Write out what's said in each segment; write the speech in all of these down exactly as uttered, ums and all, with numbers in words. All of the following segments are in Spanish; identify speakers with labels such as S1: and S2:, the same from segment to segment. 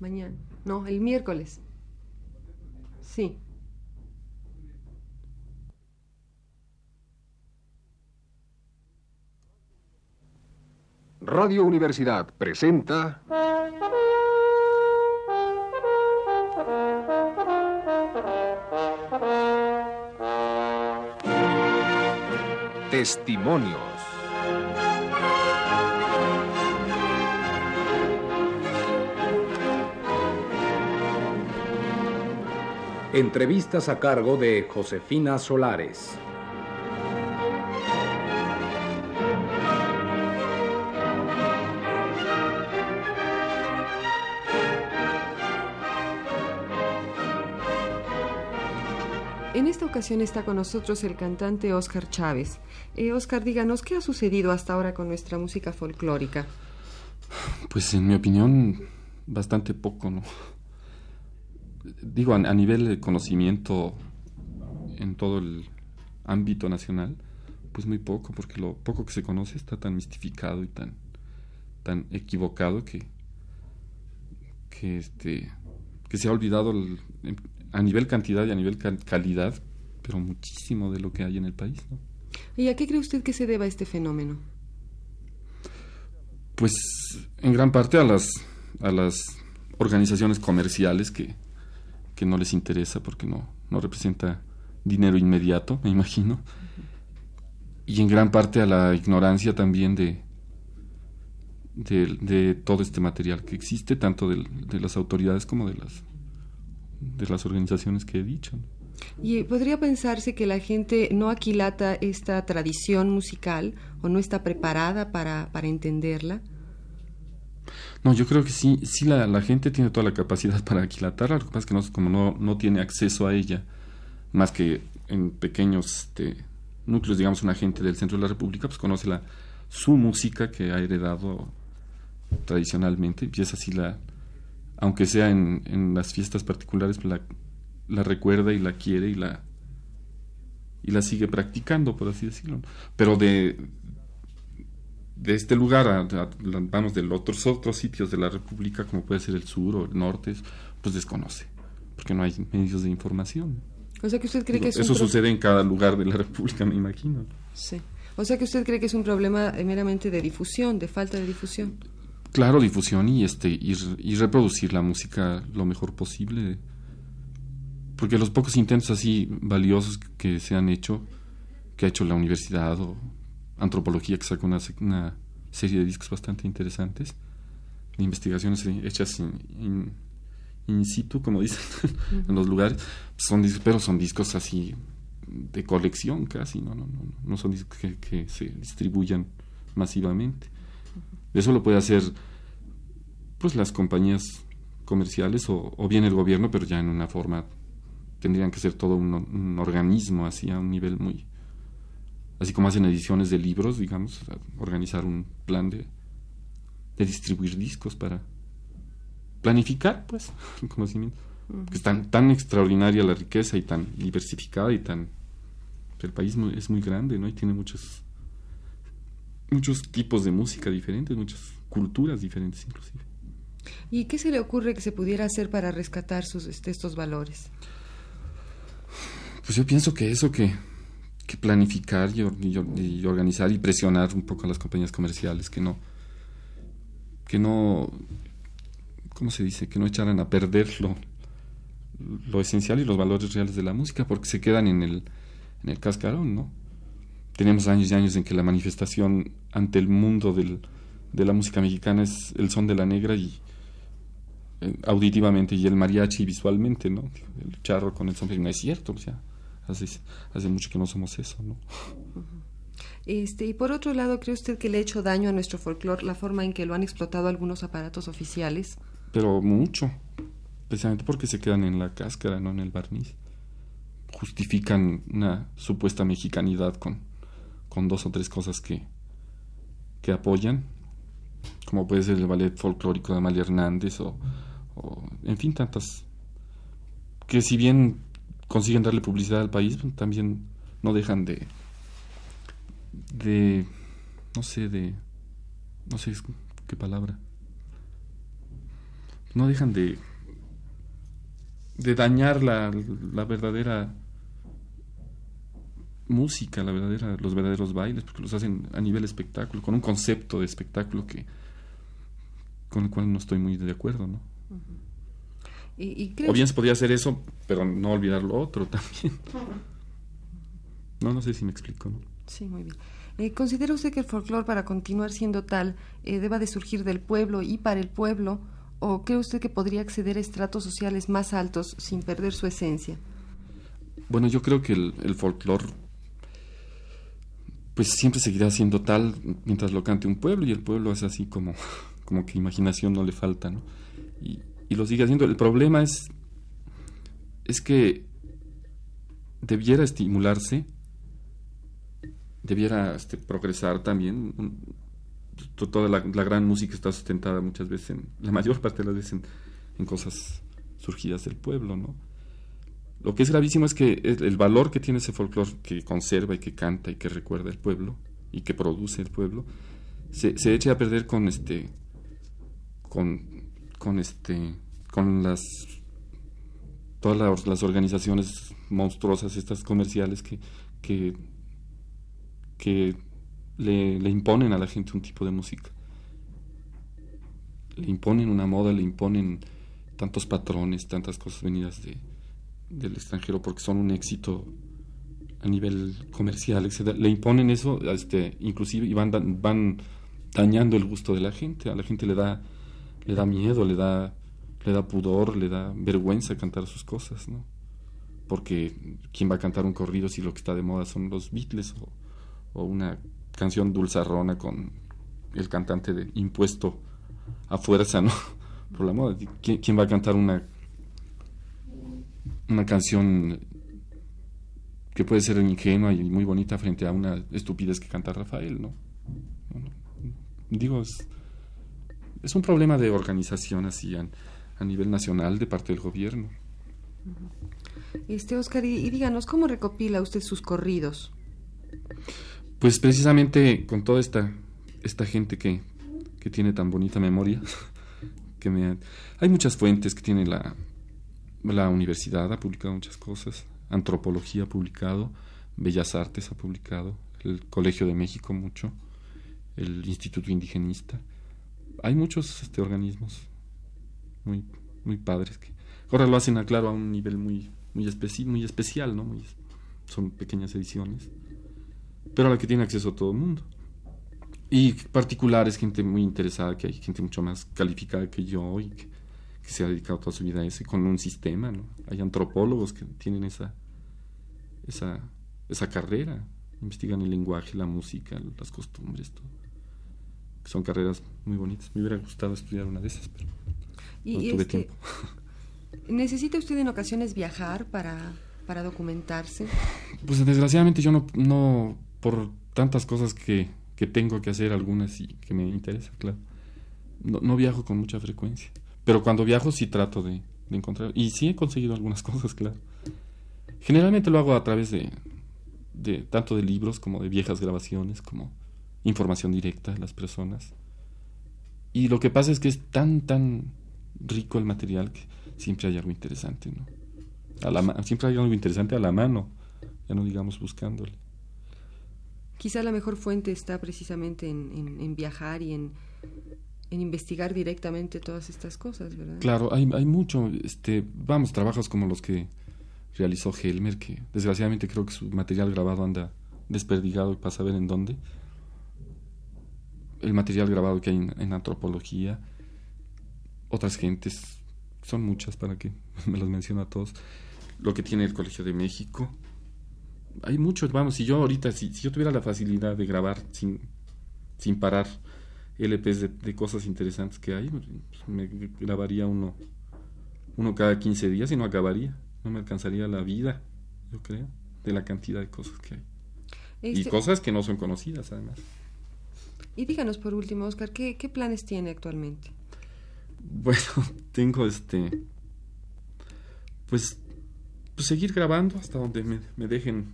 S1: mañana. No, el miércoles. Sí.
S2: Radio Universidad presenta... Testimonios.
S3: Entrevistas a cargo de Josefina Solares.
S1: En esta ocasión está con nosotros el cantante Óscar Chávez. Eh, Óscar, díganos, ¿qué ha sucedido hasta ahora con nuestra música folclórica?
S4: Pues en mi opinión, bastante poco, ¿no? Digo, a, a nivel de conocimiento en todo el ámbito nacional, pues muy poco, porque lo poco que se conoce está tan mistificado y tan, tan equivocado que, que, este, que se ha olvidado el, a nivel cantidad y a nivel calidad, pero muchísimo de lo que hay en el país, ¿no?
S1: ¿Y a qué cree usted que se deba este fenómeno?
S4: Pues en gran parte a las, a las organizaciones comerciales que, que no les interesa porque no, no representa dinero inmediato, me imagino, y en gran parte a la ignorancia también de, de, de todo este material que existe, tanto de, de las autoridades como de las de las organizaciones que he dicho, ¿no?
S1: ¿Y podría pensarse que la gente no aquilata esta tradición musical o no está preparada para, para entenderla?
S4: No, yo creo que sí, sí la, la gente tiene toda la capacidad para aquilatarla, lo que pasa es que no, como no, no tiene acceso a ella, más que en pequeños este, núcleos, digamos, una gente del centro de la República, pues conoce la, su música que ha heredado tradicionalmente, y es así la... aunque sea en, en las fiestas particulares, la, la recuerda y la quiere y la y la sigue practicando, por así decirlo. Pero de de este lugar, a, a, vamos, de los otros, otros sitios de la República, como puede ser el sur o el norte, pues desconoce, porque no hay medios de información.
S1: O sea que usted cree que es
S4: Eso
S1: un pro...
S4: sucede en cada lugar de la República, me imagino.
S1: Sí. O sea que usted cree que es un problema meramente de difusión, de falta de difusión.
S4: Claro, difusión y este y, y reproducir la música lo mejor posible, porque los pocos intentos así valiosos que se han hecho, que ha hecho la universidad o Antropología, que sacó una, una serie de discos bastante interesantes, de investigaciones hechas in, in, in situ, como dicen, uh-huh. en los lugares, son discos, pero son discos así de colección casi, no, no, no, no son discos que, que se distribuyan masivamente. Eso lo puede hacer pues las compañías comerciales o, o bien el gobierno, pero ya en una forma, tendrían que ser todo un, un organismo así a un nivel muy, así como hacen ediciones de libros, digamos, organizar un plan de, de distribuir discos para planificar, pues, el conocimiento. Uh-huh. Que es tan, tan extraordinaria la riqueza y tan diversificada y tan... El país es muy grande, ¿no? Y tiene muchos muchos tipos de música diferentes, muchas culturas diferentes inclusive.
S1: ¿Y qué se le ocurre que se pudiera hacer para rescatar sus, este, estos valores?
S4: Pues yo pienso que eso, que, que planificar y, y, y organizar y presionar un poco a las compañías comerciales, que no, que no, ¿cómo se dice? Que no echaran a perder lo, lo esencial y los valores reales de la música, porque se quedan en el, en el cascarón, ¿no? Tenemos años y años en que la manifestación ante el mundo del, de la música mexicana es el son de la negra y eh, auditivamente, y el mariachi visualmente, ¿no? El charro con el sombrero, no es cierto, o sea, hace, hace mucho que no somos eso, ¿no?
S1: Este, y por otro lado, ¿cree usted que le ha hecho daño a nuestro folclore la forma en que lo han explotado algunos aparatos oficiales?
S4: Pero mucho, precisamente porque se quedan en la cáscara, no en el barniz. Justifican una supuesta mexicanidad con con dos o tres cosas que, que apoyan, como puede ser el ballet folclórico de Amalia Hernández o, o en fin, tantas que si bien consiguen darle publicidad al país, también no dejan de de no sé, de no sé qué palabra no dejan de de dañar la, la verdadera música, la verdadera, los verdaderos bailes, porque los hacen a nivel espectáculo, con un concepto de espectáculo que con el cual no estoy muy de acuerdo, ¿no?
S1: Uh-huh. ¿Y, y
S4: o bien se podría hacer eso, pero no olvidar lo otro también. No, no sé si me explico, ¿no?
S1: Sí, muy bien. Eh, ¿Considera usted que el folclore, para continuar siendo tal, eh, deba de surgir del pueblo y para el pueblo, o cree usted que podría acceder a estratos sociales más altos sin perder su esencia?
S4: Bueno, yo creo que el, el folclore pues siempre seguirá siendo tal mientras lo cante un pueblo, y el pueblo es así como, como que imaginación no le falta, ¿no? Y, y lo sigue haciendo. El problema es, es que debiera estimularse, debiera este, progresar también. Toda la, la gran música está sustentada muchas veces, en, la mayor parte de las veces, en, en cosas surgidas del pueblo, ¿no? Lo que es gravísimo es que el, el valor que tiene ese folclore, que conserva y que canta y que recuerda el pueblo y que produce el pueblo, se, se eche a perder con este, con, con este, con las todas las, las organizaciones monstruosas, estas comerciales que que, que le, le imponen a la gente un tipo de música, le imponen una moda, le imponen tantos patrones, tantas cosas venidas de del extranjero porque son un éxito a nivel comercial, etcétera. Le imponen eso, este, inclusive, y van da, van dañando el gusto de la gente. A la gente le da le da miedo, le da le da pudor, le da vergüenza cantar sus cosas, ¿no? Porque ¿quién va a cantar un corrido si lo que está de moda son los Beatles o, o una canción dulzarrona con el cantante de impuesto a fuerza, ¿no? Por la moda. ¿Quién, quién va a cantar una una canción que puede ser ingenua y muy bonita frente a una estupidez que canta Rafael, ¿no? Digo, es, es un problema de organización así a, a nivel nacional de parte del gobierno.
S1: Este Óscar, y, y díganos, ¿cómo recopila usted sus corridos?
S4: Pues precisamente con toda esta esta gente que, que tiene tan bonita memoria, que me hay muchas fuentes que tiene la La universidad ha publicado muchas cosas, Antropología ha publicado, Bellas Artes ha publicado, el Colegio de México mucho, el Instituto Indigenista. Hay muchos este, organismos muy muy padres que ahora lo hacen, claro, a un nivel muy muy, especi- muy especial, ¿no? Muy, son pequeñas ediciones, pero a la que tiene acceso todo el mundo. Y particulares, gente muy interesada, que hay gente mucho más calificada que yo y que que se ha dedicado toda su vida a eso, y con un sistema, ¿no? Hay antropólogos que tienen esa esa esa carrera, investigan el lenguaje, la música, las costumbres, todo. Son carreras muy bonitas. Me hubiera gustado estudiar una de esas, pero
S1: y,
S4: no
S1: y
S4: tuve
S1: este,
S4: tiempo.
S1: ¿Necesita usted en ocasiones viajar para, para documentarse?
S4: Pues desgraciadamente yo no, no por tantas cosas que, que tengo que hacer, algunas y que me interesan, claro, no, no viajo con mucha frecuencia. Pero cuando viajo sí trato de, de encontrar, y sí he conseguido algunas cosas, claro. Generalmente lo hago a través de, de tanto de libros como de viejas grabaciones, como información directa de las personas. Y lo que pasa es que es tan, tan rico el material que siempre hay algo interesante, ¿no? A la ma- siempre hay algo interesante a la mano, ya no digamos buscándole.
S1: Quizá la mejor fuente está precisamente en, en, en viajar y en... en investigar directamente todas estas cosas, ¿verdad?
S4: Claro, hay, hay mucho, este, vamos, trabajos como los que realizó Helmer, que desgraciadamente creo que su material grabado anda desperdigado y pasa a ver en dónde. El material grabado que hay en, en antropología, otras gentes, son muchas para que me los menciono a todos. Lo que tiene el Colegio de México, hay muchos, vamos, si yo ahorita, si, si yo tuviera la facilidad de grabar sin, sin parar L Pes de, de cosas interesantes que hay, pues me grabaría uno uno cada quince días y no acabaría, no me alcanzaría la vida, yo creo, de la cantidad de cosas que hay. Este... y cosas que no son conocidas además.
S1: Y díganos por último, Óscar, ¿qué, qué planes tiene actualmente?
S4: Bueno, tengo este pues, pues seguir grabando hasta donde me, me dejen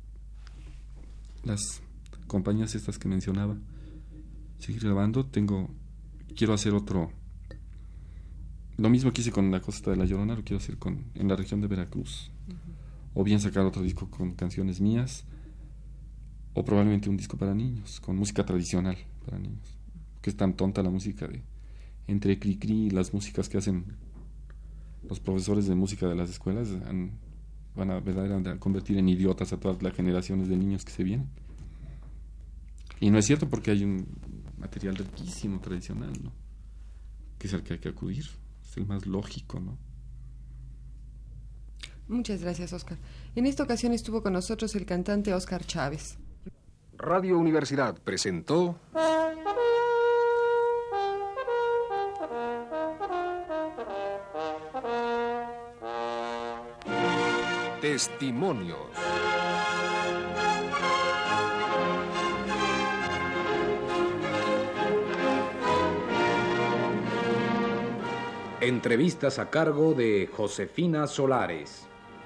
S4: las compañías estas que mencionaba. Seguir grabando, tengo quiero hacer otro lo mismo que hice con La Costa de la Llorona, lo quiero hacer con, en la región de Veracruz. Uh-huh. O bien sacar otro disco con canciones mías, o probablemente un disco para niños, con música tradicional para niños. Que es tan tonta la música de entre cri-cri y las músicas que hacen los profesores de música de las escuelas han, van a verdaderamente a convertir en idiotas a todas las generaciones de niños que se vienen. Y no es cierto, porque hay un material riquísimo tradicional, ¿no? Que es al que hay que acudir, es el más lógico, ¿no?
S1: Muchas gracias, Óscar. En esta ocasión estuvo con nosotros el cantante Óscar Chávez.
S2: Radio Universidad presentó Testimonios.
S3: Entrevistas a cargo de Josefina Solares.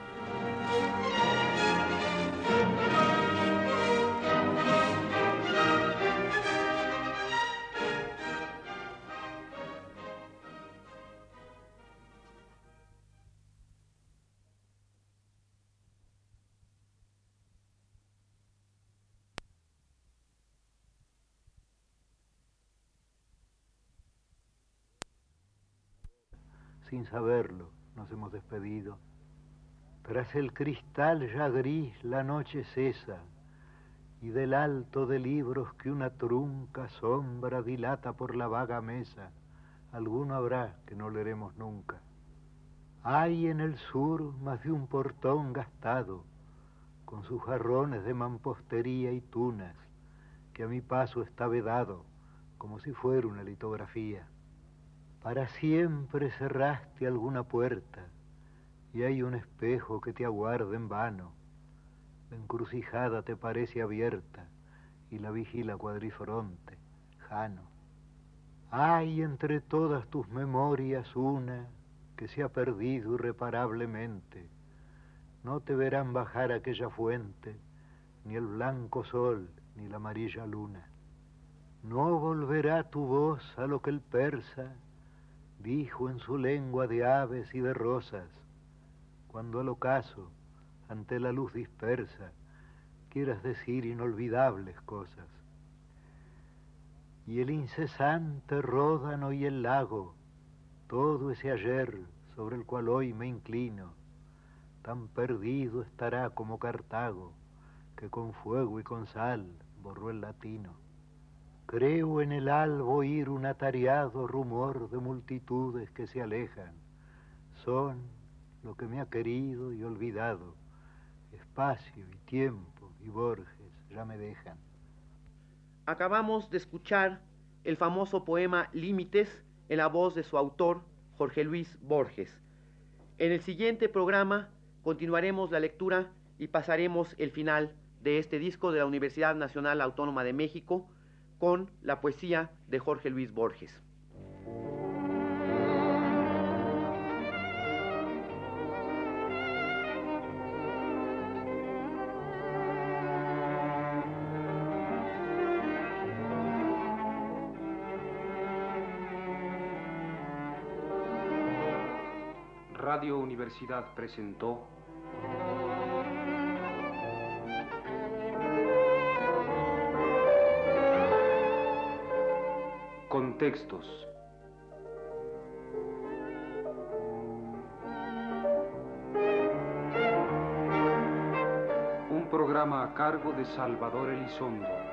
S5: Sin saberlo, nos hemos despedido. Tras el cristal ya gris la noche cesa, y del alto de libros que una trunca sombra dilata por la vaga mesa, alguno habrá que no leeremos nunca. Hay en el sur más de un portón gastado, con sus jarrones de mampostería y tunas, que a mi paso está vedado, como si fuera una litografía. Para siempre cerraste alguna puerta, y hay un espejo que te aguarda en vano. La encrucijada te parece abierta, y la vigila cuadrifronte, Jano. Hay entre todas tus memorias una que se ha perdido irreparablemente. No te verán bajar aquella fuente, ni el blanco sol, ni la amarilla luna. No volverá tu voz a lo que el persa dijo en su lengua de aves y de rosas, cuando al ocaso, ante la luz dispersa, quieras decir inolvidables cosas. Y el incesante ródano y el lago, todo ese ayer sobre el cual hoy me inclino, tan perdido estará como Cartago, que con fuego y con sal borró el latino. Creo en el alba oír un atareado rumor de multitudes que se alejan. Son lo que me ha querido y olvidado. Espacio y tiempo y Borges ya me dejan.
S6: Acabamos de escuchar el famoso poema Límites en la voz de su autor, Jorge Luis Borges. En el siguiente programa continuaremos la lectura y pasaremos el final de este disco de la Universidad Nacional Autónoma de México, con la poesía de Jorge Luis Borges.
S7: Radio Universidad presentó Contextos. Un programa a cargo de Salvador Elizondo.